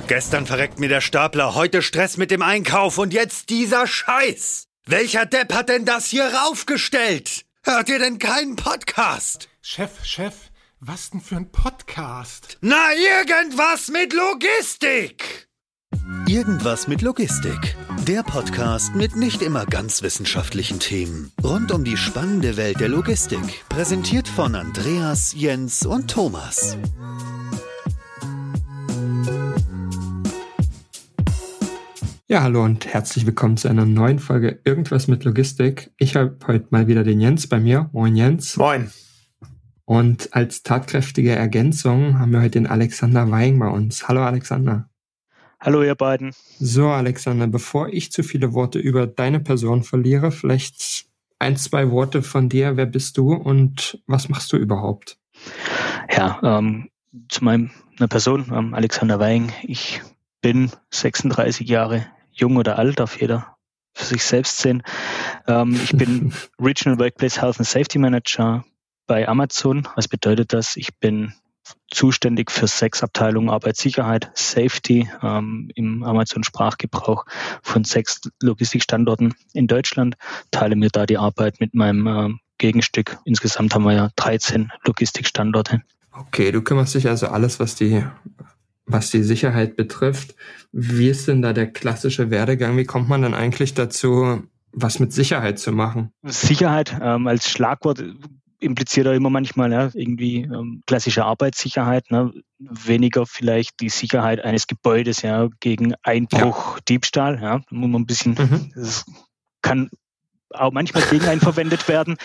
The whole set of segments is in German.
Gestern verreckt mir der Stapler, heute Stress mit dem Einkauf und jetzt dieser Scheiß. Welcher Depp hat denn das hier raufgestellt? Hört ihr denn keinen Podcast? Chef, was denn für ein Podcast? Na, irgendwas mit Logistik! Irgendwas mit Logistik. Der Podcast mit nicht immer ganz wissenschaftlichen Themen. Rund um die spannende Welt der Logistik. Präsentiert von Andreas, Jens und Thomas. Ja, hallo und herzlich willkommen zu einer neuen Folge Irgendwas mit Logistik. Ich habe heute mal wieder den Jens bei mir. Moin Jens. Moin. Und als tatkräftige Ergänzung haben wir heute den Alexander Weing bei uns. Hallo Alexander. Hallo ihr beiden. So Alexander, bevor ich zu viele Worte über deine Person verliere, vielleicht 1-2 Worte von dir. Wer bist du und was machst du überhaupt? Ja, zu meiner Person, Alexander Weing. Ich bin 36 Jahre jung oder alt, darf jeder für sich selbst sehen. Ich bin Regional Workplace Health and Safety Manager bei Amazon. Was bedeutet das? Ich bin zuständig für 6 Abteilungen Arbeitssicherheit, Safety im Amazon-Sprachgebrauch von 6 Logistikstandorten in Deutschland. Teile mir da die Arbeit mit meinem Gegenstück. Insgesamt haben wir ja 13 Logistikstandorte. Okay, du kümmerst dich also alles, was die Sicherheit betrifft. Wie ist denn da der klassische Werdegang? Wie kommt man dann eigentlich dazu, was mit Sicherheit zu machen? Sicherheit als Schlagwort impliziert er immer manchmal irgendwie klassische Arbeitssicherheit, weniger vielleicht die Sicherheit eines Gebäudes gegen Einbruch, Diebstahl. Da muss man ein bisschen, das kann auch manchmal gegen einen verwendet werden.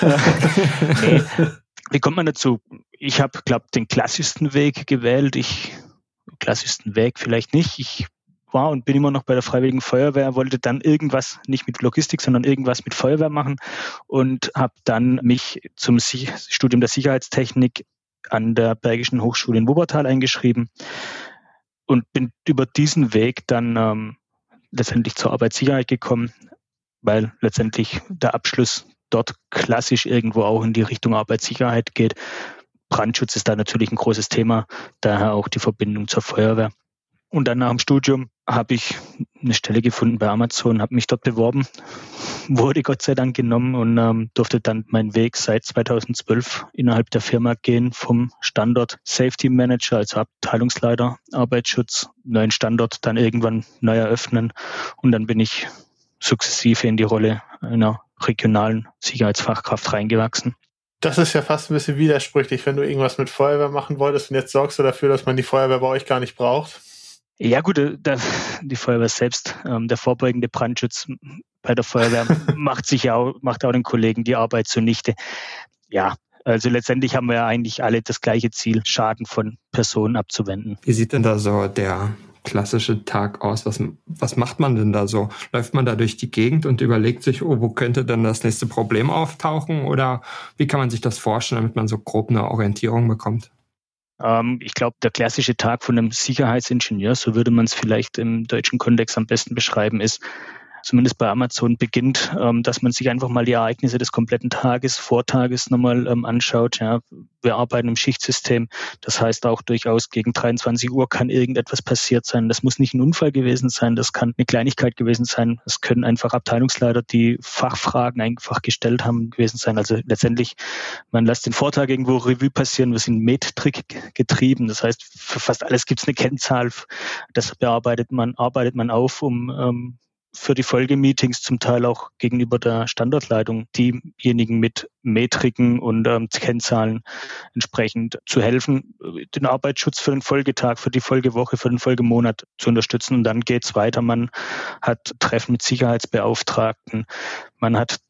Nee. Wie kommt man dazu? Ich habe, glaube ich, den klassischsten Weg gewählt. Klassischsten Weg vielleicht nicht. Ich war und bin immer noch bei der Freiwilligen Feuerwehr, wollte dann irgendwas, nicht mit Logistik, sondern irgendwas mit Feuerwehr machen und habe dann mich zum Studium der Sicherheitstechnik an der Bergischen Hochschule in Wuppertal eingeschrieben und bin über diesen Weg dann letztendlich zur Arbeitssicherheit gekommen, weil letztendlich der Abschluss dort klassisch irgendwo auch in die Richtung Arbeitssicherheit geht. Brandschutz ist da natürlich ein großes Thema, daher auch die Verbindung zur Feuerwehr. Und dann nach dem Studium habe ich eine Stelle gefunden bei Amazon, habe mich dort beworben, wurde Gott sei Dank genommen und durfte dann meinen Weg seit 2012 innerhalb der Firma gehen, vom Standort Safety Manager, also Abteilungsleiter Arbeitsschutz, neuen Standort dann irgendwann neu eröffnen und dann bin ich sukzessive in die Rolle einer regionalen Sicherheitsfachkraft reingewachsen. Das ist ja fast ein bisschen widersprüchlich, wenn du irgendwas mit Feuerwehr machen wolltest und jetzt sorgst du dafür, dass man die Feuerwehr bei euch gar nicht braucht. Ja gut, die Feuerwehr selbst, der vorbeugende Brandschutz bei der Feuerwehr macht auch den Kollegen die Arbeit zunichte. Ja, also letztendlich haben wir ja eigentlich alle das gleiche Ziel, Schaden von Personen abzuwenden. Wie sieht denn da so der klassische Tag aus? Was macht man denn da so? Läuft man da durch die Gegend und überlegt sich, wo könnte dann das nächste Problem auftauchen? Oder wie kann man sich das vorstellen, damit man so grob eine Orientierung bekommt? Ich glaube, der klassische Tag von einem Sicherheitsingenieur, so würde man es vielleicht im deutschen Kontext am besten beschreiben, ist, zumindest bei Amazon beginnt, dass man sich einfach mal die Ereignisse des kompletten Vortages nochmal anschaut. Ja. Wir arbeiten im Schichtsystem, das heißt auch durchaus gegen 23 Uhr kann irgendetwas passiert sein. Das muss nicht ein Unfall gewesen sein, das kann eine Kleinigkeit gewesen sein. Es können einfach Abteilungsleiter, die Fachfragen einfach gestellt haben, gewesen sein. Also letztendlich, man lässt den Vortag irgendwo Revue passieren, wir sind Metrik getrieben. Das heißt, für fast alles gibt es eine Kennzahl, das arbeitet man auf, um für die Folgemeetings zum Teil auch gegenüber der Standortleitung diejenigen mit Metriken und Kennzahlen entsprechend zu helfen, den Arbeitsschutz für den Folgetag, für die Folgewoche, für den Folgemonat zu unterstützen. Und dann geht's weiter. Man hat Treffen mit Sicherheitsbeauftragten, man hat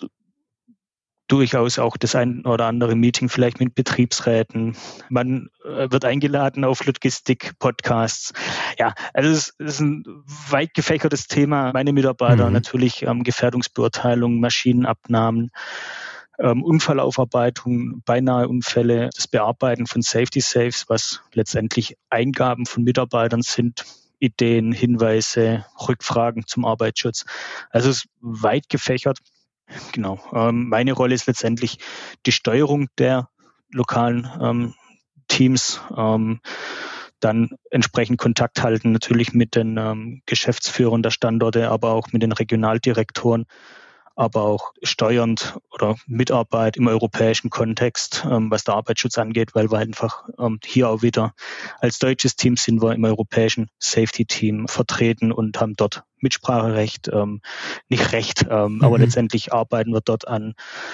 durchaus auch das ein oder andere Meeting vielleicht mit Betriebsräten. Man wird eingeladen auf Logistik-Podcasts. Ja, also es ist ein weit gefächertes Thema. Meine Mitarbeiter natürlich Gefährdungsbeurteilung, Maschinenabnahmen, Unfallaufarbeitung, beinahe Unfälle, das Bearbeiten von Safety Safes, was letztendlich Eingaben von Mitarbeitern sind, Ideen, Hinweise, Rückfragen zum Arbeitsschutz. Also es ist weit gefächert. Genau. Meine Rolle ist letztendlich die Steuerung der lokalen Teams, dann entsprechend Kontakt halten, natürlich mit den Geschäftsführern der Standorte, aber auch mit den Regionaldirektoren, aber auch steuernd oder Mitarbeit im europäischen Kontext, was der Arbeitsschutz angeht, weil wir einfach hier auch wieder als deutsches Team sind wir im europäischen Safety-Team vertreten und haben dort Mitspracherecht, nicht Recht, aber letztendlich arbeiten wir dort an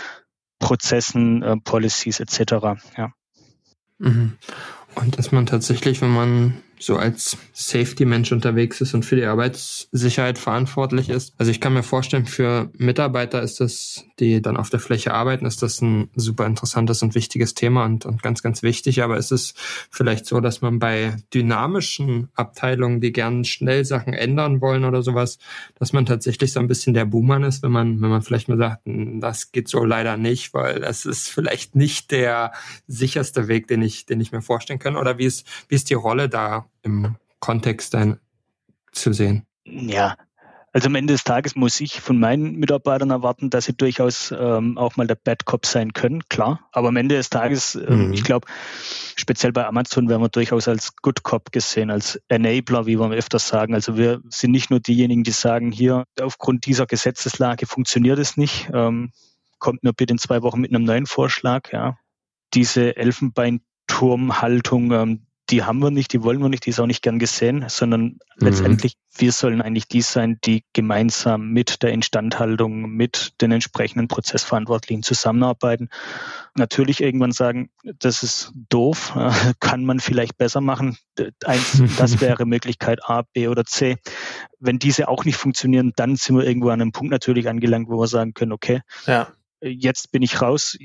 Prozessen, Policies etc. Ja. Mhm. Und dass man tatsächlich, wenn man so als Safety-Mensch unterwegs ist und für die Arbeitssicherheit verantwortlich ist. Also ich kann mir vorstellen, für Mitarbeiter ist das, die dann auf der Fläche arbeiten, ist das ein super interessantes und wichtiges Thema und ganz, ganz wichtig. Aber ist es vielleicht so, dass man bei dynamischen Abteilungen, die gern schnell Sachen ändern wollen oder sowas, dass man tatsächlich so ein bisschen der Buhmann ist, wenn man vielleicht mal sagt, das geht so leider nicht, weil das ist vielleicht nicht der sicherste Weg, den ich mir vorstellen kann. Oder wie ist die Rolle da im Kontext dann zu sehen? Ja, also am Ende des Tages muss ich von meinen Mitarbeitern erwarten, dass sie durchaus auch mal der Bad Cop sein können, klar. Aber am Ende des Tages, ich glaube, speziell bei Amazon werden wir durchaus als Good Cop gesehen, als Enabler, wie wir öfters sagen. Also wir sind nicht nur diejenigen, die sagen, hier aufgrund dieser Gesetzeslage funktioniert es nicht, kommt mir bitte in 2 Wochen mit einem neuen Vorschlag. Ja. Diese Elfenbeinturmhaltung, die haben wir nicht, die wollen wir nicht, die ist auch nicht gern gesehen, sondern letztendlich, wir sollen eigentlich die sein, die gemeinsam mit der Instandhaltung, mit den entsprechenden Prozessverantwortlichen zusammenarbeiten. Natürlich irgendwann sagen, das ist doof, kann man vielleicht besser machen. Das wäre Möglichkeit A, B oder C. Wenn diese auch nicht funktionieren, dann sind wir irgendwo an einem Punkt natürlich angelangt, wo wir sagen können, okay, jetzt bin ich raus,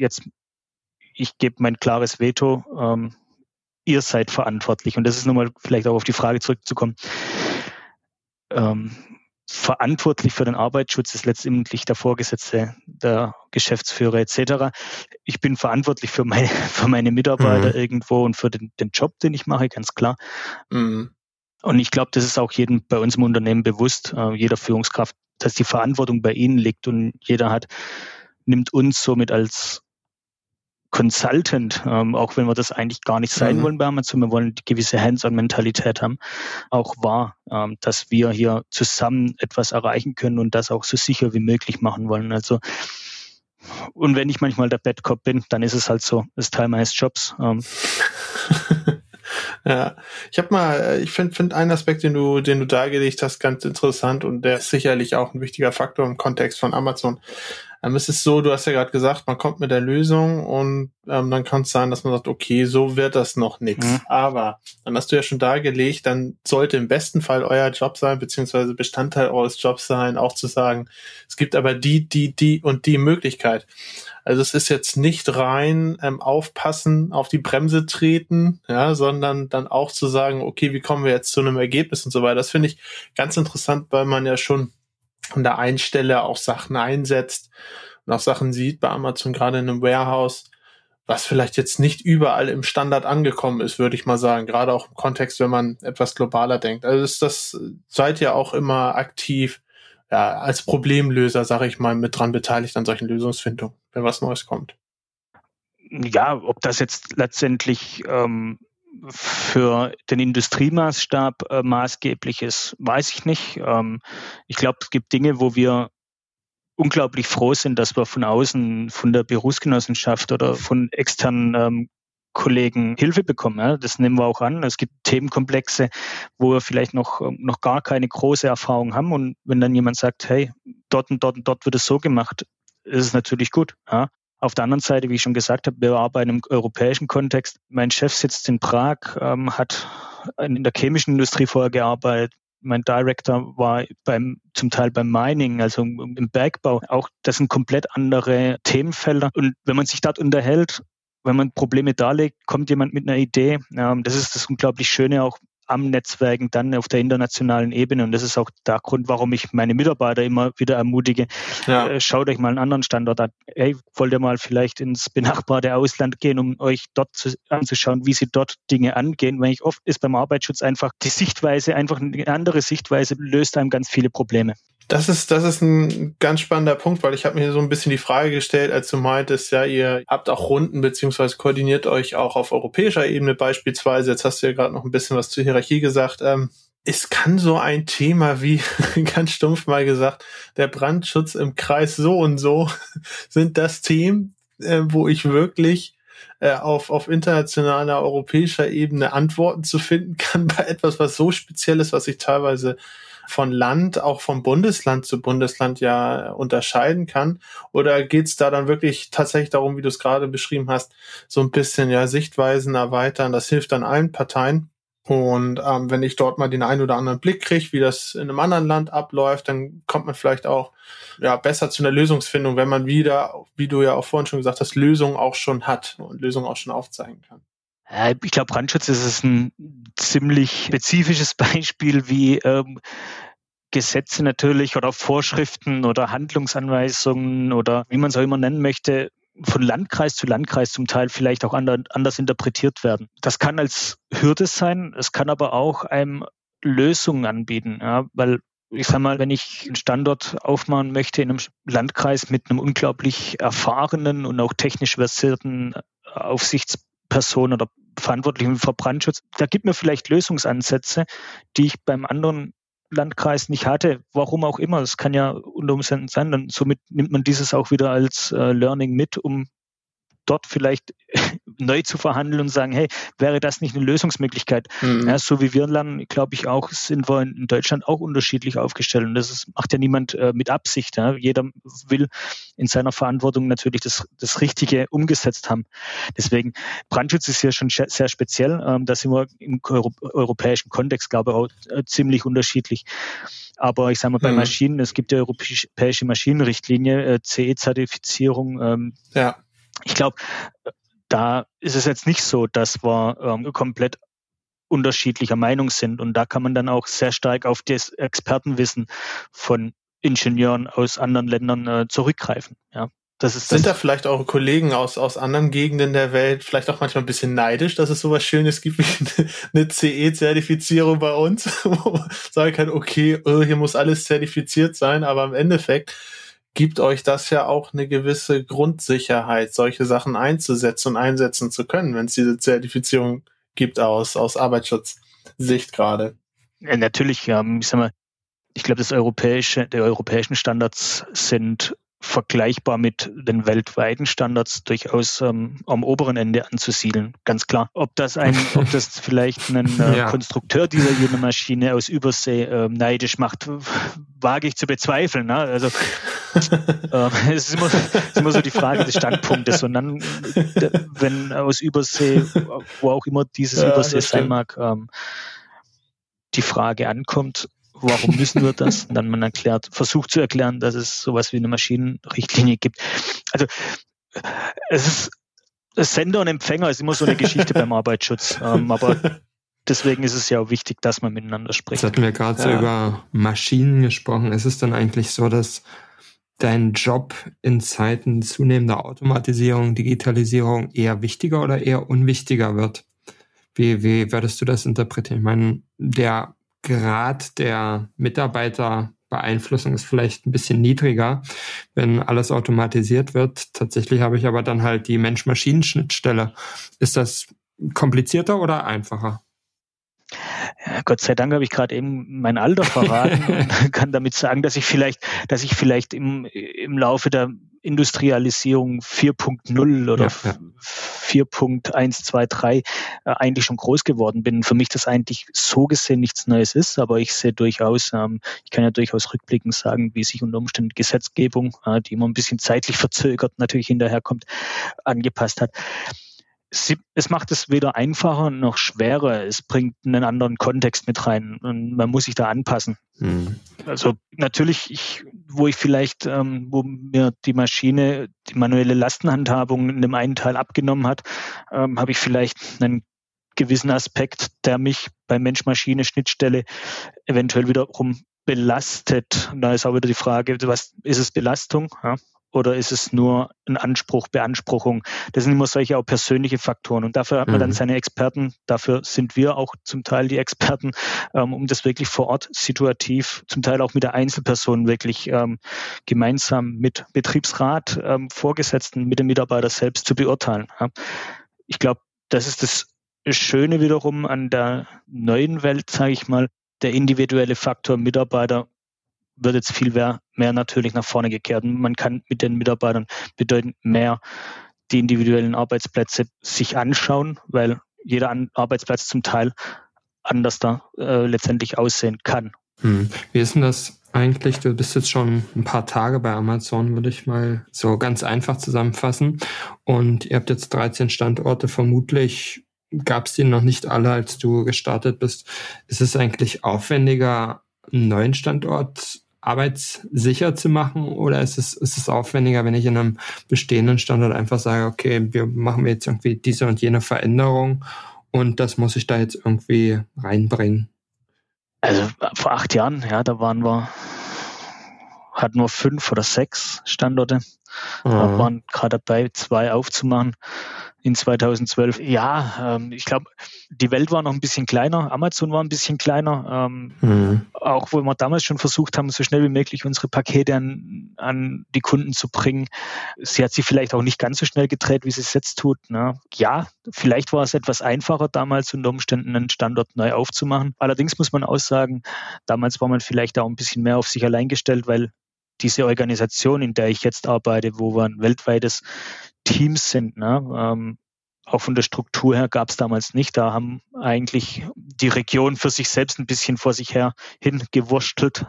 ich gebe mein klares Veto, ihr seid verantwortlich. Und das ist nochmal vielleicht auch auf die Frage zurückzukommen. Verantwortlich für den Arbeitsschutz ist letztendlich der Vorgesetzte, der Geschäftsführer etc. Ich bin verantwortlich für meine Mitarbeiter irgendwo und für den Job, den ich mache, ganz klar. Und ich glaube, das ist auch jedem bei uns im Unternehmen bewusst, jeder Führungskraft, dass die Verantwortung bei ihnen liegt und jeder nimmt uns somit als Consultant, auch wenn wir das eigentlich gar nicht sein wollen bei Amazon, wir wollen eine gewisse Hands-on-Mentalität haben, auch wahr, dass wir hier zusammen etwas erreichen können und das auch so sicher wie möglich machen wollen. Also, und wenn ich manchmal der Bad Cop bin, dann ist es halt so, das ist Teil meines Jobs. Ja, ich finde einen Aspekt, den du dargelegt hast, ganz interessant und der ist sicherlich auch ein wichtiger Faktor im Kontext von Amazon. Es ist so, du hast ja gerade gesagt, man kommt mit der Lösung und dann kann es sein, dass man sagt, okay, so wird das noch nichts. Aber dann hast du ja schon dargelegt, dann sollte im besten Fall euer Job sein, beziehungsweise Bestandteil eures Jobs sein, auch zu sagen, es gibt aber die und die Möglichkeit. Also es ist jetzt nicht rein aufpassen, auf die Bremse treten, ja, sondern dann auch zu sagen, okay, wie kommen wir jetzt zu einem Ergebnis und so weiter. Das finde ich ganz interessant, weil man ja schon an der einen Stelle auch Sachen einsetzt und auch Sachen sieht bei Amazon, gerade in einem Warehouse, was vielleicht jetzt nicht überall im Standard angekommen ist, würde ich mal sagen, gerade auch im Kontext, wenn man etwas globaler denkt. Also seid ihr auch immer aktiv, ja, als Problemlöser, sage ich mal, mit dran beteiligt an solchen Lösungsfindungen, wenn was Neues kommt. Ja, ob das jetzt letztendlich für den Industriemaßstab maßgeblich ist, weiß ich nicht. Ich glaube, es gibt Dinge, wo wir unglaublich froh sind, dass wir von außen, von der Berufsgenossenschaft oder von externen Kollegen Hilfe bekommen. Ja? Das nehmen wir auch an. Es gibt Themenkomplexe, wo wir vielleicht noch gar keine große Erfahrung haben. Und wenn dann jemand sagt, hey, dort und dort und dort wird es so gemacht, ist es natürlich gut. Ja? Auf der anderen Seite, wie ich schon gesagt habe, wir arbeiten im europäischen Kontext. Mein Chef sitzt in Prag, hat in der chemischen Industrie vorher gearbeitet. Mein Director war zum Teil beim Mining, also im Bergbau. Auch das sind komplett andere Themenfelder. Und wenn man sich dort unterhält, wenn man Probleme darlegt, kommt jemand mit einer Idee. Das ist das unglaublich Schöne auch am Netzwerken dann auf der internationalen Ebene. Und das ist auch der Grund, warum ich meine Mitarbeiter immer wieder ermutige. Ja. Schaut euch mal einen anderen Standort an. Hey, wollt ihr mal vielleicht ins benachbarte Ausland gehen, um euch dort anzuschauen, wie sie dort Dinge angehen? Weil oft ist beim Arbeitsschutz einfach die Sichtweise, einfach eine andere Sichtweise löst einem ganz viele Probleme. Das ist ein ganz spannender Punkt, weil ich habe mir so ein bisschen die Frage gestellt, als du meintest, ja, ihr habt auch Runden beziehungsweise koordiniert euch auch auf europäischer Ebene beispielsweise. Jetzt hast du ja gerade noch ein bisschen was zur Hierarchie gesagt. Es kann so ein Thema wie, ganz stumpf mal gesagt, der Brandschutz im Kreis so und so sind das Themen, wo ich wirklich auf internationaler, europäischer Ebene Antworten zu finden kann bei etwas, was so speziell ist, was ich teilweise von Land, auch vom Bundesland zu Bundesland ja unterscheiden kann? Oder geht's da dann wirklich tatsächlich darum, wie du es gerade beschrieben hast, so ein bisschen ja Sichtweisen erweitern? Das hilft dann allen Parteien. Und wenn ich dort mal den einen oder anderen Blick kriege, wie das in einem anderen Land abläuft, dann kommt man vielleicht auch ja besser zu einer Lösungsfindung, wenn man wieder, wie du ja auch vorhin schon gesagt hast, Lösungen auch schon hat und Lösungen auch schon aufzeigen kann. Ich glaube, Brandschutz ist ein ziemlich spezifisches Beispiel, wie Gesetze natürlich oder Vorschriften oder Handlungsanweisungen oder wie man es auch immer nennen möchte, von Landkreis zu Landkreis zum Teil vielleicht auch anders interpretiert werden. Das kann als Hürde sein, es kann aber auch einem Lösungen anbieten, ja, weil ich sag mal, wenn ich einen Standort aufmachen möchte in einem Landkreis mit einem unglaublich erfahrenen und auch technisch versierten Aufsichtsperson oder Verantwortlichen für Brandschutz, da gibt mir vielleicht Lösungsansätze, die ich beim anderen Landkreis nicht hatte, warum auch immer. Das kann ja unter Umständen sein. Dann somit nimmt man dieses auch wieder als Learning mit, um dort vielleicht neu zu verhandeln und sagen, hey, wäre das nicht eine Lösungsmöglichkeit? Mhm. Ja, so wie wir lernen, glaube ich auch, sind wir in Deutschland auch unterschiedlich aufgestellt. Und das macht ja niemand mit Absicht. Ja. Jeder will in seiner Verantwortung natürlich das Richtige umgesetzt haben. Deswegen, Brandschutz ist ja schon sehr speziell. Da sind wir im europäischen Kontext, glaube ich, auch ziemlich unterschiedlich. Aber ich sage mal, bei Maschinen, es gibt ja europäische Maschinenrichtlinie, CE-Zertifizierung. Ja. Ich glaube, da ist es jetzt nicht so, dass wir komplett unterschiedlicher Meinung sind. Und da kann man dann auch sehr stark auf das Expertenwissen von Ingenieuren aus anderen Ländern zurückgreifen. Ja, sind da vielleicht eure Kollegen aus anderen Gegenden der Welt vielleicht auch manchmal ein bisschen neidisch, dass es sowas Schönes gibt wie eine CE-Zertifizierung bei uns, wo man sagen kann, okay, hier muss alles zertifiziert sein, aber im Endeffekt gibt euch das ja auch eine gewisse Grundsicherheit, solche Sachen einzusetzen und einsetzen zu können, wenn es diese Zertifizierung gibt aus Arbeitsschutzsicht gerade. Ja, natürlich, ich sag mal, ich glaube, die europäischen Standards sind vergleichbar mit den weltweiten Standards durchaus am oberen Ende anzusiedeln, ganz klar. Ob das vielleicht einen Konstrukteur dieser Maschine aus Übersee neidisch macht, wage ich zu bezweifeln. Ne? Also es ist immer so die Frage des Standpunktes. Und dann, wenn aus Übersee, wo auch immer dieses Übersee sein mag, die Frage ankommt, warum müssen wir das? Und dann man versucht zu erklären, dass es sowas wie eine Maschinenrichtlinie gibt. Also es ist Sender und Empfänger ist immer so eine Geschichte beim Arbeitsschutz. Aber deswegen ist es ja auch wichtig, dass man miteinander spricht. Jetzt hatten wir gerade so über Maschinen gesprochen. Ist es dann eigentlich so, dass dein Job in Zeiten zunehmender Automatisierung, Digitalisierung eher wichtiger oder eher unwichtiger wird? Wie würdest du das interpretieren? Ich meine, der Grad der Mitarbeiterbeeinflussung ist vielleicht ein bisschen niedriger, wenn alles automatisiert wird. Tatsächlich habe ich aber dann halt die Mensch-Maschinen-Schnittstelle. Ist das komplizierter oder einfacher? Ja, Gott sei Dank habe ich gerade eben mein Alter verraten und kann damit sagen, dass ich vielleicht im Laufe der Industrialisierung 4.0 oder 4.123 eigentlich schon groß geworden bin. Für mich das eigentlich so gesehen nichts Neues ist, aber ich sehe durchaus, ich kann ja durchaus rückblickend sagen, wie sich unter Umständen Gesetzgebung, die immer ein bisschen zeitlich verzögert natürlich hinterherkommt, angepasst hat. Es macht es weder einfacher noch schwerer. Es bringt einen anderen Kontext mit rein und man muss sich da anpassen. Also natürlich, wo mir die Maschine die manuelle Lastenhandhabung in dem einen Teil abgenommen hat, habe ich vielleicht einen gewissen Aspekt, der mich bei Mensch-Maschine-Schnittstelle eventuell wiederum belastet. Und da ist auch wieder die Frage, was ist es Belastung? Ja? oder ist es nur ein Anspruch, Beanspruchung? Das sind immer solche auch persönliche Faktoren. Und dafür hat man dann seine Experten. Dafür sind wir auch zum Teil die Experten, um das wirklich vor Ort situativ, zum Teil auch mit der Einzelperson wirklich gemeinsam mit Betriebsrat, Vorgesetzten, mit dem Mitarbeiter selbst zu beurteilen. Ja. Ich glaube, das ist das Schöne wiederum an der neuen Welt, sage ich mal. Der individuelle Faktor Mitarbeiter wird jetzt viel mehr natürlich nach vorne gekehrt. Und man kann mit den Mitarbeitern bedeutend mehr die individuellen Arbeitsplätze sich anschauen, weil jeder Arbeitsplatz zum Teil anders da letztendlich aussehen kann. Wie ist denn das eigentlich? Du bist jetzt schon ein paar Tage bei Amazon, würde ich mal so ganz einfach zusammenfassen. Und ihr habt jetzt 13 Standorte. Vermutlich gab es die noch nicht alle, als du gestartet bist. Ist es eigentlich aufwendiger, einen neuen Standort arbeitssicher zu machen, oder ist es aufwendiger, wenn ich in einem bestehenden Standort einfach sage, okay, wir machen jetzt irgendwie diese und jene Veränderung und das muss ich da jetzt irgendwie reinbringen? Also vor 8 Jahren, ja, da hatten wir 5 oder 6 Standorte. Wir waren gerade dabei, 2 aufzumachen in 2012. Ja, ich glaube, die Welt war noch ein bisschen kleiner. Amazon war ein bisschen kleiner. Auch wo wir damals schon versucht haben, so schnell wie möglich unsere Pakete an die Kunden zu bringen. Sie hat sich vielleicht auch nicht ganz so schnell gedreht, wie sie es jetzt tut. Ne? Ja, vielleicht war es etwas einfacher damals unter Umständen einen Standort neu aufzumachen. Allerdings muss man auch sagen, damals war man vielleicht auch ein bisschen mehr auf sich allein gestellt, weil diese Organisation, in der ich jetzt arbeite, wo wir ein weltweites Team sind, ne, auch von der Struktur her gab es damals nicht. Da haben eigentlich die Region für sich selbst ein bisschen vor sich her hingewurschtelt,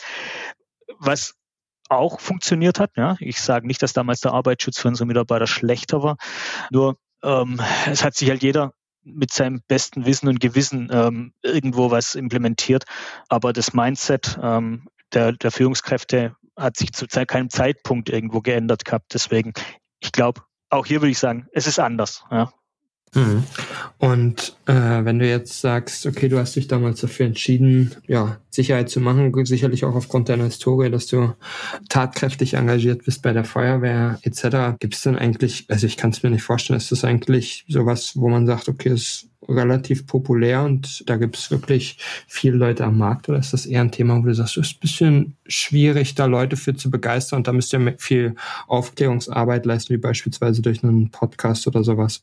was auch funktioniert hat. Ja. Ich sage nicht, dass damals der Arbeitsschutz für unsere Mitarbeiter schlechter war, nur es hat sich halt jeder mit seinem besten Wissen und Gewissen irgendwo was implementiert, aber das Mindset der Führungskräfte hat sich zu keinem Zeitpunkt irgendwo geändert gehabt. Deswegen, ich glaube, auch hier würde ich sagen, es ist anders. Ja. Und wenn du jetzt sagst, okay, du hast dich damals dafür entschieden, ja, Sicherheit zu machen, sicherlich auch aufgrund deiner Historie, dass du tatkräftig engagiert bist bei der Feuerwehr etc. Gibt es denn eigentlich, also ich kann es mir nicht vorstellen, ist das eigentlich sowas, wo man sagt, okay, es ist relativ populär und da gibt es wirklich viele Leute am Markt, oder ist das eher ein Thema, wo du sagst, es ist ein bisschen schwierig, da Leute für zu begeistern und da müsst ihr viel Aufklärungsarbeit leisten, wie beispielsweise durch einen Podcast oder sowas?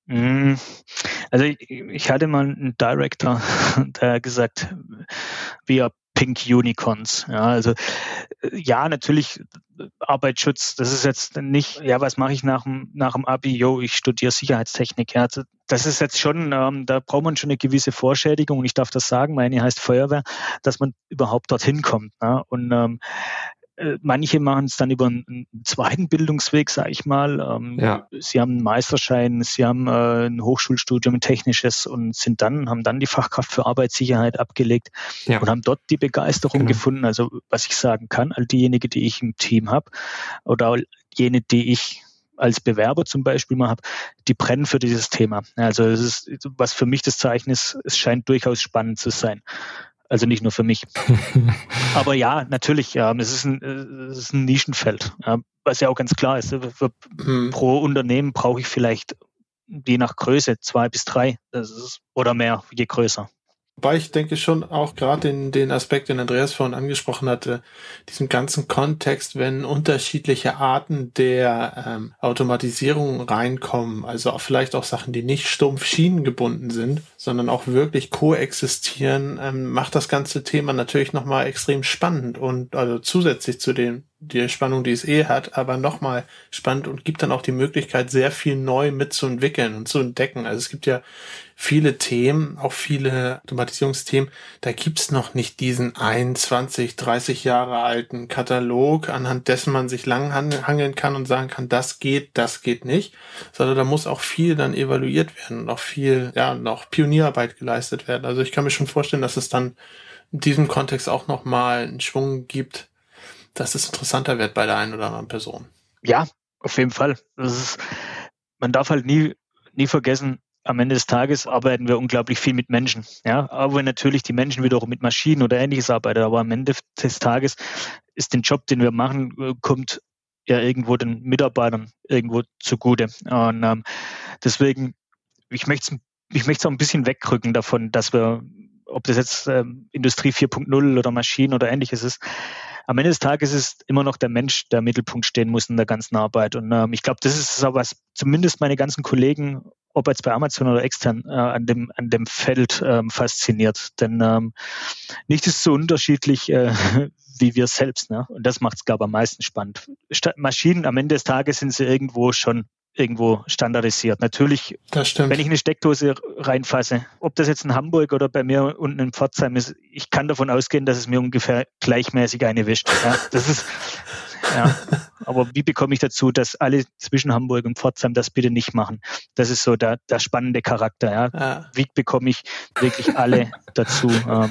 Also ich hatte mal einen Director, der gesagt, wir Pink Unicorns. Ja, also ja, natürlich Arbeitsschutz, das ist jetzt nicht, ja, was mache ich nach dem Abi? Ich studiere Sicherheitstechnik. Ja, das ist jetzt schon, da braucht man schon eine gewisse Vorschädigung, und ich darf das sagen, meine heißt Feuerwehr, dass man überhaupt dorthin kommt. Ja, und manche machen es dann über einen zweiten Bildungsweg, sage ich mal. Sie haben einen Meisterschein, sie haben ein Hochschulstudium, ein technisches, und haben dann die Fachkraft für Arbeitssicherheit abgelegt und haben dort die Begeisterung gefunden. Also was ich sagen kann, all diejenigen, die ich im Team habe oder all jene, die ich als Bewerber zum Beispiel mal habe, die brennen für dieses Thema. Also es ist, was für mich das Zeichen ist, es scheint durchaus spannend zu sein. Also nicht nur für mich. Aber ja, natürlich, ja, es ist ein Nischenfeld, ja, was ja auch ganz klar ist. Pro Unternehmen brauche ich vielleicht je nach Größe 2 bis 3 oder mehr, je größer. Wobei ich denke schon auch gerade den Aspekt, den Andreas vorhin angesprochen hatte, diesen ganzen Kontext, wenn unterschiedliche Arten der Automatisierung reinkommen, also auch vielleicht auch Sachen, die nicht stumpf schienengebunden sind, sondern auch wirklich koexistieren, macht das ganze Thema natürlich nochmal extrem spannend und also zusätzlich zu die Spannung, die es hat, aber nochmal spannend und gibt dann auch die Möglichkeit, sehr viel neu mitzuentwickeln und zu entdecken. Also es gibt ja viele Themen, auch viele Automatisierungsthemen, da gibt's noch nicht diesen 20, 30 Jahre alten Katalog, anhand dessen man sich lang hangeln kann und sagen kann, das geht nicht, sondern da muss auch viel dann evaluiert werden und auch viel, ja, noch Pionierarbeit geleistet werden. Also ich kann mir schon vorstellen, dass es dann in diesem Kontext auch nochmal einen Schwung gibt, dass es interessanter wird bei der einen oder anderen Person. Ja, auf jeden Fall. Man darf halt nie vergessen, am Ende des Tages arbeiten wir unglaublich viel mit Menschen. Ja, aber natürlich die Menschen wiederum mit Maschinen oder Ähnliches arbeiten. Aber am Ende des Tages ist den Job, den wir machen, kommt ja irgendwo den Mitarbeitern irgendwo zugute. Und deswegen, ich möchte es auch ein bisschen wegrücken davon, dass wir, ob das jetzt Industrie 4.0 oder Maschinen oder ähnliches ist, am Ende des Tages ist immer noch der Mensch, der im Mittelpunkt stehen muss in der ganzen Arbeit. Und ich glaube, das ist so, was zumindest meine ganzen Kollegen, ob jetzt bei Amazon oder extern, an dem Feld fasziniert. Denn nichts ist so unterschiedlich wie wir selbst. Ne? Und das macht es, glaube ich, am meisten spannend. Maschinen, am Ende des Tages sind sie irgendwo standardisiert. Natürlich, wenn ich eine Steckdose reinfasse, ob das jetzt in Hamburg oder bei mir unten in Pforzheim ist, ich kann davon ausgehen, dass es mir ungefähr gleichmäßig eine wischt. Ja, das ist, ja. Aber wie bekomme ich dazu, dass alle zwischen Hamburg und Pforzheim das bitte nicht machen? Das ist so der spannende Charakter. Ja. Wie bekomme ich wirklich alle dazu,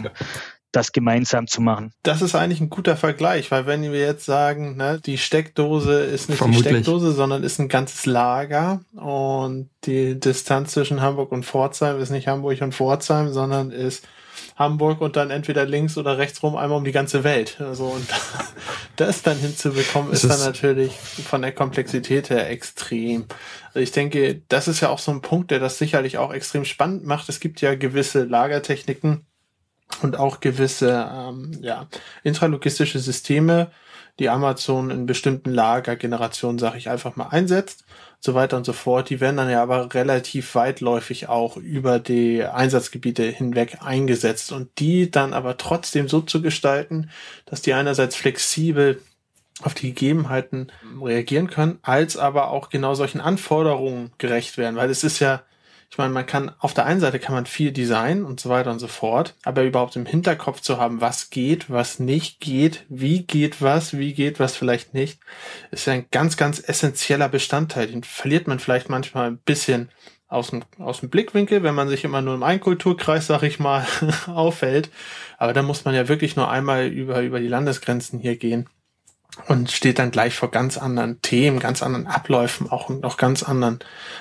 das gemeinsam zu machen? Das ist eigentlich ein guter Vergleich, weil wenn wir jetzt sagen, ne, die Steckdose ist nicht die Steckdose, sondern ist ein ganzes Lager und die Distanz zwischen Hamburg und Pforzheim ist nicht Hamburg und Pforzheim, sondern ist Hamburg und dann entweder links oder rechts rum einmal um die ganze Welt. Also, und das dann hinzubekommen, ist dann natürlich von der Komplexität her extrem. Also ich denke, das ist ja auch so ein Punkt, der das sicherlich auch extrem spannend macht. Es gibt ja gewisse Lagertechniken und auch gewisse intralogistische Systeme, die Amazon in bestimmten Lagergenerationen, sage ich einfach mal, einsetzt, so weiter und so fort. Die werden dann ja aber relativ weitläufig auch über die Einsatzgebiete hinweg eingesetzt und die dann aber trotzdem so zu gestalten, dass die einerseits flexibel auf die Gegebenheiten reagieren können, als aber auch genau solchen Anforderungen gerecht werden, weil es ist ja, ich meine, man kann, auf der einen Seite kann man viel designen und so weiter und so fort, aber überhaupt im Hinterkopf zu haben, was geht, was nicht geht, wie geht was vielleicht nicht, ist ja ein ganz, ganz essentieller Bestandteil. Den verliert man vielleicht manchmal ein bisschen aus dem Blickwinkel, wenn man sich immer nur im einen Kulturkreis, sag ich mal, aufhält. Aber da muss man ja wirklich nur einmal über die Landesgrenzen hier gehen und steht dann gleich vor ganz anderen Themen, ganz anderen Abläufen, auch noch ganz anderen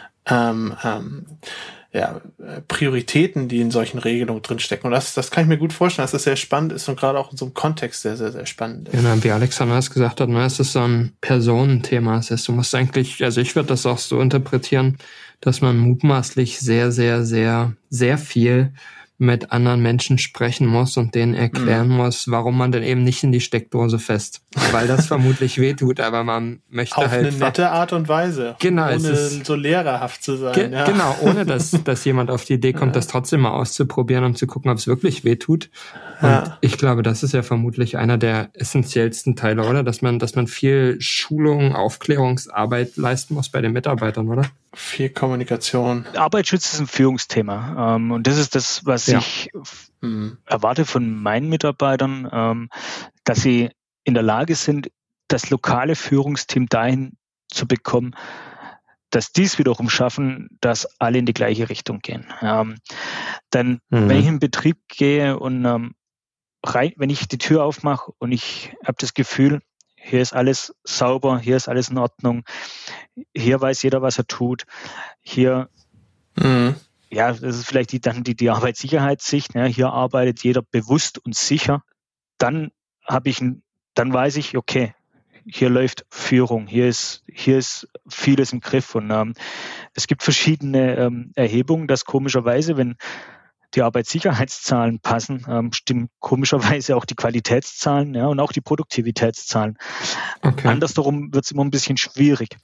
Prioritäten, die in solchen Regelungen drinstecken. Und das kann ich mir gut vorstellen, dass das sehr spannend ist und gerade auch in so einem Kontext sehr, sehr, sehr spannend ist. Genau, wie Alexander es gesagt hat, es ist so ein Personenthema. Das heißt, du musst eigentlich, also ich würde das auch so interpretieren, dass man mutmaßlich sehr, sehr, sehr, sehr viel mit anderen Menschen sprechen muss und denen erklären muss, warum man denn eben nicht in die Steckdose fest. Weil das vermutlich wehtut, aber man möchte auf halt... Auf eine nette Art und Weise. Genau. Ohne so lehrerhaft zu sein. Genau, ohne dass jemand auf die Idee kommt, das trotzdem mal auszuprobieren, um zu gucken, ob es wirklich wehtut. Und ich glaube, das ist ja vermutlich einer der essentiellsten Teile, oder? Dass man viel Schulung, Aufklärungsarbeit leisten muss bei den Mitarbeitern, oder? Viel Kommunikation. Arbeitsschutz ist ein Führungsthema. Und das ist das, was ich erwarte von meinen Mitarbeitern, dass sie in der Lage sind, das lokale Führungsteam dahin zu bekommen, dass die es wiederum schaffen, dass alle in die gleiche Richtung gehen. Denn wenn ich in den Betrieb gehe und wenn ich die Tür aufmache und ich habe das Gefühl, hier ist alles sauber, hier ist alles in Ordnung, hier weiß jeder, was er tut, hier, das ist vielleicht die Arbeitssicherheitssicht, ne? Hier arbeitet jeder bewusst und sicher, dann weiß ich, okay, hier läuft Führung, hier ist vieles im Griff und es gibt verschiedene Erhebungen, dass komischerweise, wenn die Arbeitssicherheitszahlen passen, stimmen komischerweise auch die Qualitätszahlen und auch die Produktivitätszahlen. Okay. Andersherum wird es immer ein bisschen schwierig.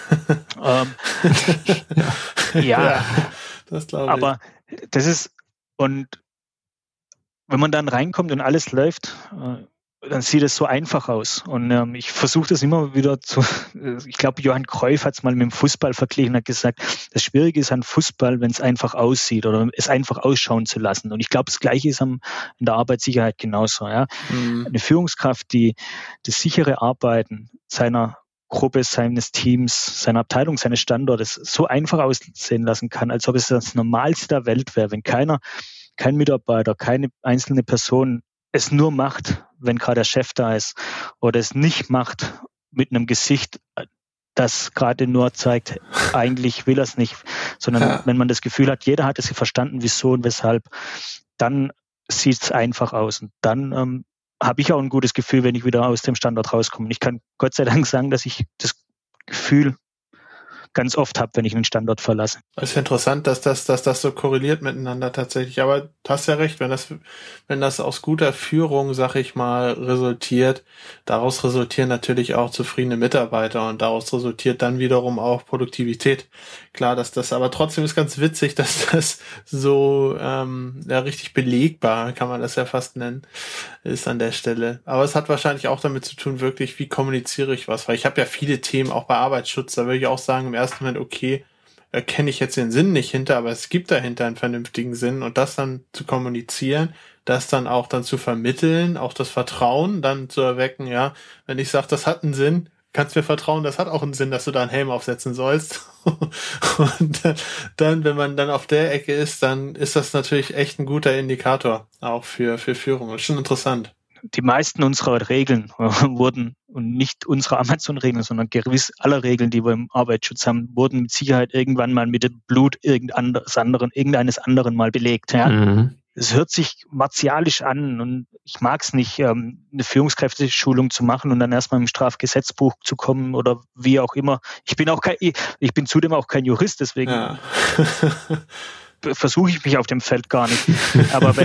Das glaube ich. Aber das ist, und wenn man dann reinkommt und alles läuft, dann sieht es so einfach aus. Und ich versuche das immer wieder ich glaube, Johann Cruyff hat es mal mit dem Fußball verglichen, hat gesagt, das Schwierige ist an Fußball, wenn es einfach aussieht oder es einfach ausschauen zu lassen. Und ich glaube, das Gleiche ist in der Arbeitssicherheit genauso. Ja? Eine Führungskraft, die das sichere Arbeiten seiner Gruppe, seines Teams, seiner Abteilung, seines Standortes so einfach aussehen lassen kann, als ob es das Normalste der Welt wäre, wenn kein Mitarbeiter, keine einzelne Person es nur macht, wenn gerade der Chef da ist, oder es nicht macht mit einem Gesicht, das gerade nur zeigt, eigentlich will er es nicht, sondern wenn man das Gefühl hat, jeder hat es verstanden, wieso und weshalb, dann sieht es einfach aus und dann habe ich auch ein gutes Gefühl, wenn ich wieder aus dem Standort rauskomme. Ich kann Gott sei Dank sagen, dass ich das Gefühl ganz oft habe, wenn ich einen Standort verlasse. Es ist interessant, dass das so korreliert miteinander tatsächlich. Aber du hast ja recht, wenn das aus guter Führung, sag ich mal, resultiert, daraus resultieren natürlich auch zufriedene Mitarbeiter und daraus resultiert dann wiederum auch Produktivität. Klar, dass das, aber trotzdem ist ganz witzig, dass das so richtig belegbar, kann man das ja fast nennen, ist an der Stelle. Aber es hat wahrscheinlich auch damit zu tun, wirklich, wie kommuniziere ich was, weil ich habe ja viele Themen, auch bei Arbeitsschutz, da würde ich auch sagen, im ersten Moment, okay, erkenne ich jetzt den Sinn nicht hinter, aber es gibt dahinter einen vernünftigen Sinn und das dann zu kommunizieren, das dann auch dann zu vermitteln, auch das Vertrauen dann zu erwecken, ja, wenn ich sage, das hat einen Sinn, kannst mir vertrauen, das hat auch einen Sinn, dass du da einen Helm aufsetzen sollst. Und dann, wenn man dann auf der Ecke ist, dann ist das natürlich echt ein guter Indikator, auch für Führung. Das ist schon interessant. Die meisten unserer Regeln wurden, und nicht unsere Amazon-Regeln, sondern gewiss aller Regeln, die wir im Arbeitsschutz haben, wurden mit Sicherheit irgendwann mal mit dem Blut irgendeines anderen mal belegt. Ja? Mhm. Es hört sich martialisch an und ich mag es nicht, eine Führungskräfteschulung zu machen und dann erstmal im Strafgesetzbuch zu kommen oder wie auch immer. Ich bin zudem auch kein Jurist, deswegen versuche ich mich auf dem Feld gar nicht. Aber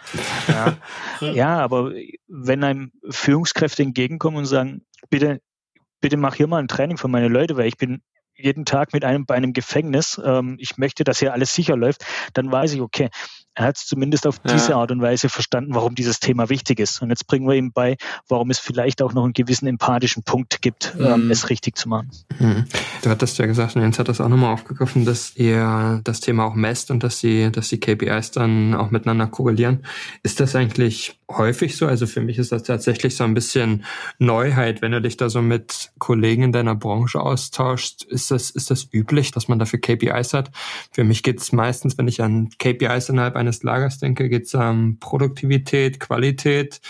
aber wenn einem Führungskräfte entgegenkommen und sagen, bitte mach hier mal ein Training für meine Leute, weil ich bin jeden Tag mit einem Bein im Gefängnis, ich möchte, dass hier alles sicher läuft, dann weiß ich, okay, er hat es zumindest auf diese Art und Weise verstanden, warum dieses Thema wichtig ist. Und jetzt bringen wir ihm bei, warum es vielleicht auch noch einen gewissen empathischen Punkt gibt, es richtig zu machen. Du hattest ja gesagt, und Jens hat das auch nochmal aufgegriffen, dass ihr das Thema auch messt und dass die KPIs dann auch miteinander korrelieren. Ist das eigentlich häufig so? Also für mich ist das tatsächlich so ein bisschen Neuheit, wenn du dich da so mit Kollegen in deiner Branche austauschst. Ist das üblich, dass man dafür KPIs hat? Für mich geht es meistens, wenn ich an KPIs innerhalb eines Lagers denke, geht es um Produktivität, Qualität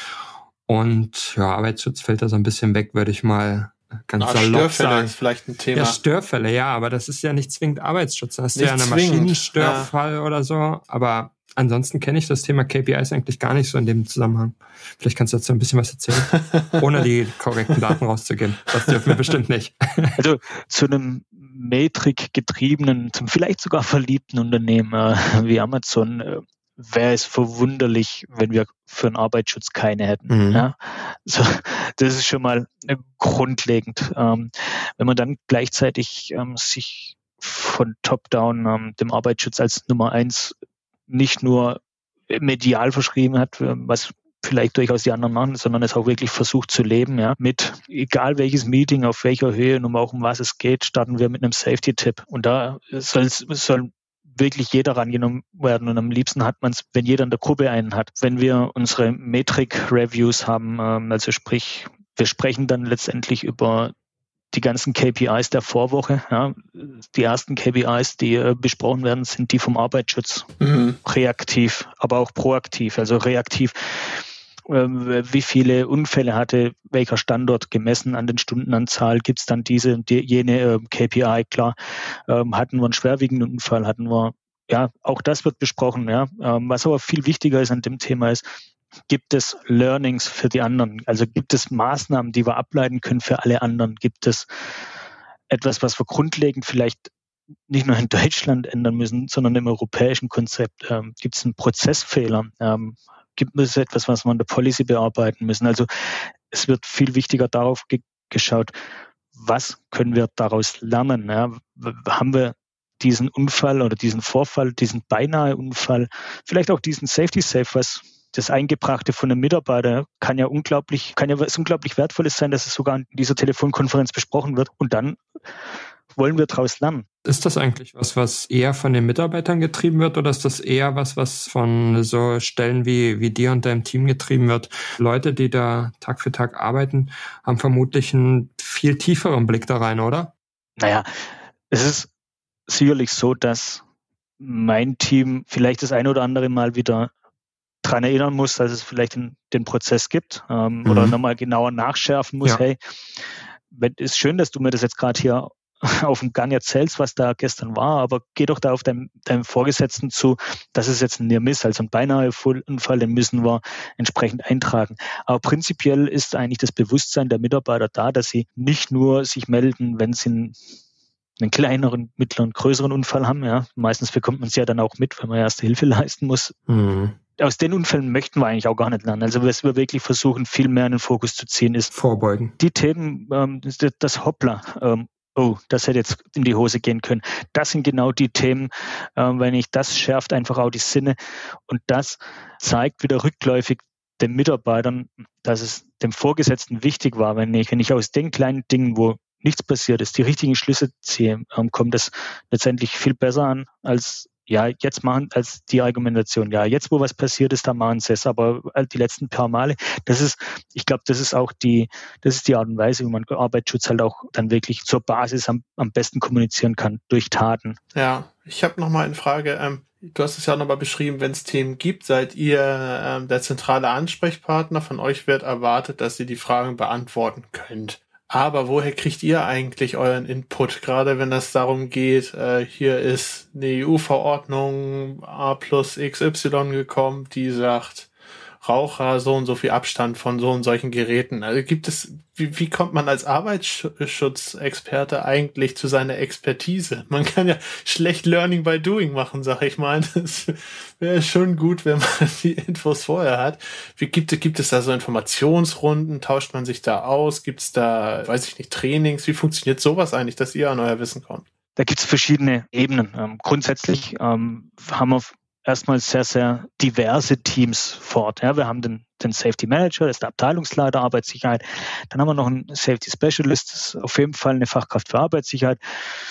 und Arbeitsschutz fällt da so ein bisschen weg, würde ich mal ganz salopp sagen. Ist vielleicht ein Thema. Ja, Störfälle, ja, aber das ist ja nicht zwingend Arbeitsschutz. Das ist ja ein Maschinenstörfall oder so, aber ansonsten kenne ich das Thema KPIs eigentlich gar nicht so in dem Zusammenhang. Vielleicht kannst du dazu ein bisschen was erzählen, ohne die korrekten Daten rauszugeben. Das dürfen wir bestimmt nicht. Also zu einem metrikgetriebenen, zum vielleicht sogar verliebten Unternehmen wie Amazon wäre es verwunderlich, wenn wir für den Arbeitsschutz keine hätten. Ja? So, das ist schon mal grundlegend. Wenn man dann gleichzeitig sich von Top-Down dem Arbeitsschutz als Nummer 1 nicht nur medial verschrieben hat, was vielleicht durchaus die anderen machen, sondern es auch wirklich versucht zu leben, ja, mit egal welches Meeting, auf welcher Höhe und auch um was es geht, starten wir mit einem Safety-Tipp. Und da soll wirklich jeder rangenommen werden. Und am liebsten hat man es, wenn jeder in der Gruppe einen hat. Wenn wir unsere Metrik-Reviews haben, also sprich, wir sprechen dann letztendlich über die ganzen KPIs der Vorwoche. Ja. Die ersten KPIs, die besprochen werden, sind die vom Arbeitsschutz. Reaktiv, aber auch proaktiv. Also reaktiv, wie viele Unfälle hatte welcher Standort gemessen an den Stundenanzahl, gibt es dann diese und jene KPI, klar. Hatten wir einen schwerwiegenden Unfall, auch das wird besprochen. Ja. Was aber viel wichtiger ist an dem Thema ist, gibt es Learnings für die anderen? Also gibt es Maßnahmen, die wir ableiten können für alle anderen? Gibt es etwas, was wir grundlegend vielleicht nicht nur in Deutschland ändern müssen, sondern im europäischen Konzept? Gibt es einen Prozessfehler? Gibt es etwas, was wir in der Policy bearbeiten müssen? Also es wird viel wichtiger darauf geschaut, was können wir daraus lernen? Ja? Haben wir diesen Unfall oder diesen Vorfall, diesen beinahe Unfall, vielleicht auch diesen Safety Safe, was das Eingebrachte von einem Mitarbeiter kann ja was unglaublich Wertvolles sein, dass es sogar in dieser Telefonkonferenz besprochen wird. Und dann wollen wir daraus lernen. Ist das eigentlich was eher von den Mitarbeitern getrieben wird oder ist das eher was von so Stellen wie dir und deinem Team getrieben wird? Leute, die da Tag für Tag arbeiten, haben vermutlich einen viel tieferen Blick da rein, oder? Naja, es ist sicherlich so, dass mein Team vielleicht das eine oder andere Mal wieder daran erinnern muss, dass es vielleicht den Prozess gibt oder nochmal genauer nachschärfen muss. Ja. Hey, ist schön, dass du mir das jetzt gerade hier auf dem Gang erzählst, was da gestern war, aber geh doch da auf deinem Vorgesetzten zu, das ist jetzt ein Near-Miss, also ein beinahe Unfall, den müssen wir entsprechend eintragen. Aber prinzipiell ist eigentlich das Bewusstsein der Mitarbeiter da, dass sie nicht nur sich melden, wenn sie einen kleineren, mittleren, größeren Unfall haben. Ja. Meistens bekommt man es ja dann auch mit, wenn man erste Hilfe leisten muss. Mhm. Aus den Unfällen möchten wir eigentlich auch gar nicht lernen. Also was wir wirklich versuchen, viel mehr in den Fokus zu ziehen, ist Vorbeugen. Die Themen, das Hoppla, das hätte jetzt in die Hose gehen können. Das sind genau die Themen, das schärft einfach auch die Sinne und das zeigt wieder rückläufig den Mitarbeitern, dass es dem Vorgesetzten wichtig war, wenn ich aus den kleinen Dingen, wo nichts passiert ist, die richtigen Schlüsse ziehe, kommt das letztendlich viel besser an als jetzt machen als die Argumentation. Ja, jetzt, wo was passiert ist, da machen sie es. Aber die letzten paar Male, ich glaube, das ist die Art und Weise, wie man Arbeitsschutz halt auch dann wirklich zur Basis am besten kommunizieren kann, durch Taten. Ja, ich habe nochmal eine Frage. Du hast es ja auch nochmal beschrieben, wenn es Themen gibt, seid ihr der zentrale Ansprechpartner. Von euch wird erwartet, dass ihr die Fragen beantworten könnt. Aber woher kriegt ihr eigentlich euren Input? Gerade wenn es darum geht, hier ist eine EU-Verordnung A+XY gekommen, die sagt, Raucher so und so viel Abstand von so und solchen Geräten. Also wie kommt man als Arbeitsschutzexperte eigentlich zu seiner Expertise? Man kann ja schlecht Learning by Doing machen, sag ich mal. Das wäre schon gut, wenn man die Infos vorher hat. Gibt es da so Informationsrunden? Tauscht man sich da aus? Gibt es da, Trainings? Wie funktioniert sowas eigentlich, dass ihr an euer Wissen kommt? Da gibt es verschiedene Ebenen. Grundsätzlich haben wir erstmal sehr, sehr diverse Teams vor Ort. Ja, wir haben den Safety Manager, das ist der Abteilungsleiter Arbeitssicherheit. Dann haben wir noch einen Safety Specialist, das ist auf jeden Fall eine Fachkraft für Arbeitssicherheit,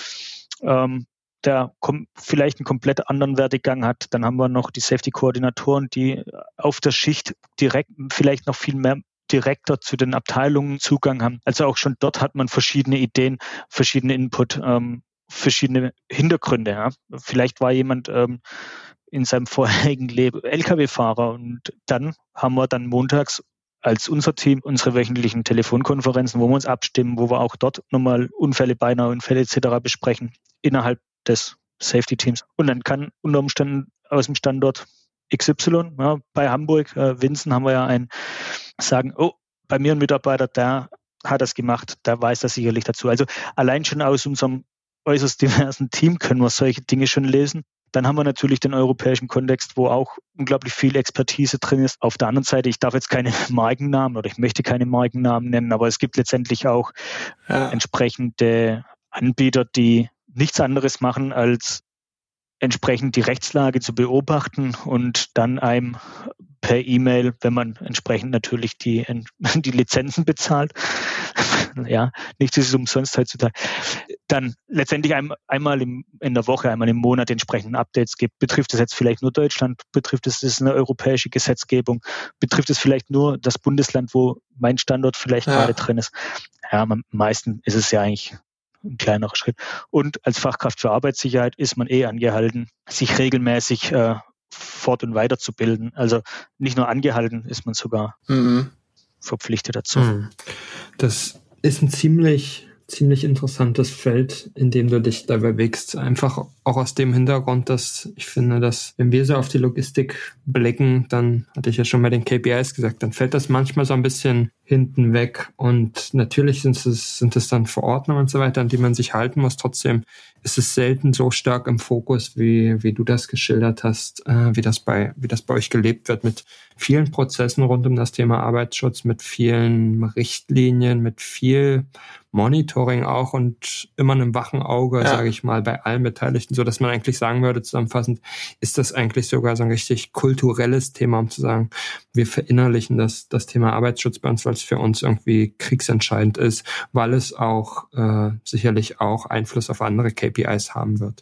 der vielleicht einen komplett anderen Werdegang hat. Dann haben wir noch die Safety-Koordinatoren, die auf der Schicht direkt vielleicht noch viel mehr direkter zu den Abteilungen Zugang haben. Also auch schon dort hat man verschiedene Ideen, verschiedene Input, verschiedene Hintergründe. Ja. Vielleicht war jemand in seinem vorherigen Leben LKW-Fahrer und dann haben wir dann montags als unser Team unsere wöchentlichen Telefonkonferenzen, wo wir uns abstimmen, wo wir auch dort nochmal beinahe Unfälle etc. besprechen innerhalb des Safety-Teams. Und dann kann unter Umständen aus dem Standort XY, ja, bei Hamburg, Winsen haben wir ja sagen, bei mir ein Mitarbeiter, der hat das gemacht, der weiß das sicherlich dazu. Also allein schon aus unserem äußerst diversen Team können wir solche Dinge schon lesen. Dann haben wir natürlich den europäischen Kontext, wo auch unglaublich viel Expertise drin ist. Auf der anderen Seite, ich darf jetzt keine Markennamen oder ich möchte keine Markennamen nennen, aber es gibt letztendlich auch entsprechende Anbieter, die nichts anderes machen, als entsprechend die Rechtslage zu beobachten und dann einem per E-Mail, wenn man entsprechend natürlich die Lizenzen bezahlt, ja, nichts ist umsonst heutzutage, dann letztendlich einmal in der Woche, einmal im Monat entsprechenden Updates gibt. Betrifft es jetzt vielleicht nur Deutschland? Betrifft es eine europäische Gesetzgebung? Betrifft es vielleicht nur das Bundesland, wo mein Standort vielleicht gerade drin ist? Ja, am meisten ist es ja eigentlich ein kleinerer Schritt. Und als Fachkraft für Arbeitssicherheit ist man angehalten, sich regelmäßig fort- und weiterzubilden. Also nicht nur angehalten, ist man sogar verpflichtet dazu. Das ist ein ziemlich interessantes Feld, in dem du dich da bewegst. Einfach auch aus dem Hintergrund, dass ich finde, dass wenn wir so auf die Logistik blicken, dann hatte ich ja schon bei den KPIs gesagt, dann fällt das manchmal so ein bisschen hinten weg und natürlich sind es dann Verordnungen und so weiter, an die man sich halten muss. Trotzdem ist es selten so stark im Fokus, wie du das geschildert hast, wie das bei euch gelebt wird, mit vielen Prozessen rund um das Thema Arbeitsschutz, mit vielen Richtlinien, mit viel Monitoring auch und immer einem wachen Auge, sage ich mal, bei allen Beteiligten, so dass man eigentlich sagen würde, zusammenfassend, ist das eigentlich sogar so ein richtig kulturelles Thema, um zu sagen, wir verinnerlichen das Thema Arbeitsschutz bei uns, weil es für uns irgendwie kriegsentscheidend ist, weil es auch sicherlich auch Einfluss auf andere KPIs haben wird.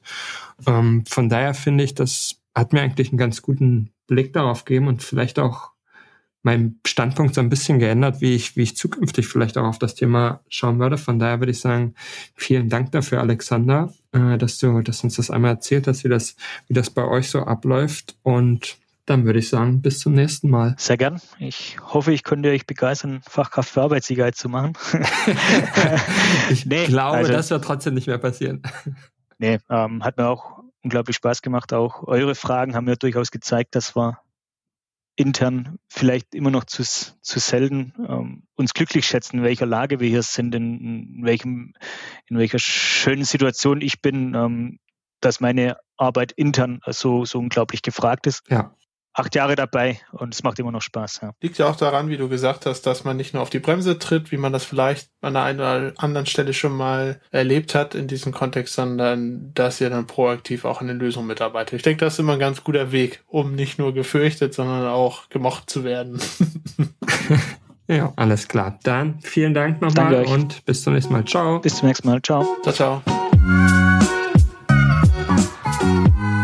Von daher finde ich, das hat mir eigentlich einen ganz guten Blick darauf gegeben und vielleicht auch meinen Standpunkt so ein bisschen geändert, wie ich zukünftig vielleicht auch auf das Thema schauen würde. Von daher würde ich sagen, vielen Dank dafür, Alexander, dass du uns das einmal erzählt hast, wie das bei euch so abläuft. Und Dann würde ich sagen, bis zum nächsten Mal. Sehr gern. Ich hoffe, ich konnte euch begeistern, Fachkraft für Arbeitssicherheit zu machen. Ich glaube, das wird trotzdem nicht mehr passieren. Nee, hat mir auch unglaublich Spaß gemacht. Auch eure Fragen haben mir durchaus gezeigt, dass wir intern vielleicht immer noch zu selten uns glücklich schätzen, in welcher Lage wir hier sind, in welcher schönen Situation ich bin, dass meine Arbeit intern so unglaublich gefragt ist. Ja. 8 Jahre dabei und es macht immer noch Spaß. Ja. Liegt ja auch daran, wie du gesagt hast, dass man nicht nur auf die Bremse tritt, wie man das vielleicht an der einen oder anderen Stelle schon mal erlebt hat in diesem Kontext, sondern dass ihr dann proaktiv auch an den Lösungen mitarbeitet. Ich denke, das ist immer ein ganz guter Weg, um nicht nur gefürchtet, sondern auch gemocht zu werden. Ja, alles klar. Dann vielen Dank nochmal und bis zum nächsten Mal. Ciao. Bis zum nächsten Mal. Ciao. Ciao, ciao.